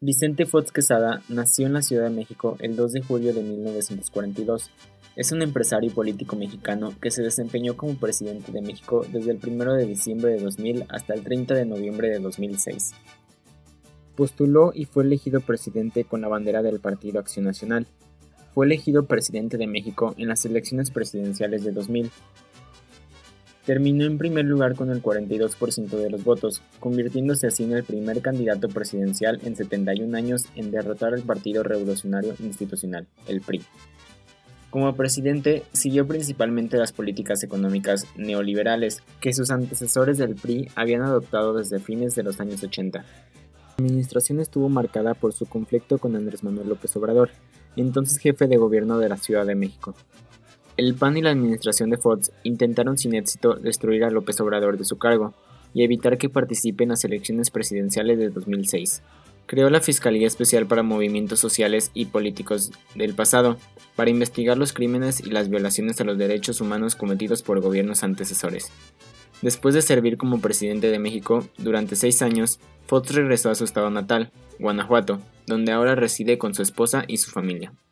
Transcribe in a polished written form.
Vicente Fox Quesada nació en la Ciudad de México el 2 de julio de 1942. Es un empresario y político mexicano que se desempeñó como presidente de México desde el 1 de diciembre de 2000 hasta el 30 de noviembre de 2006. Postuló y fue elegido presidente con la bandera del Partido Acción Nacional. Fue elegido presidente de México en las elecciones presidenciales de 2000. Terminó en primer lugar con el 42% de los votos, convirtiéndose así en el primer candidato presidencial en 71 años en derrotar al Partido Revolucionario Institucional, el PRI. Como presidente, siguió principalmente las políticas económicas neoliberales que sus antecesores del PRI habían adoptado desde fines de los años 80. Su administración estuvo marcada por su conflicto con Andrés Manuel López Obrador, entonces jefe de gobierno de la Ciudad de México. El PAN y la administración de Fox intentaron sin éxito destruir a López Obrador de su cargo y evitar que participe en las elecciones presidenciales de 2006. Creó la Fiscalía Especial para Movimientos Sociales y Políticos del pasado, para investigar los crímenes y las violaciones a los derechos humanos cometidos por gobiernos antecesores. Después de servir como presidente de México durante 6 años, Fox regresó a su estado natal, Guanajuato, donde ahora reside con su esposa y su familia.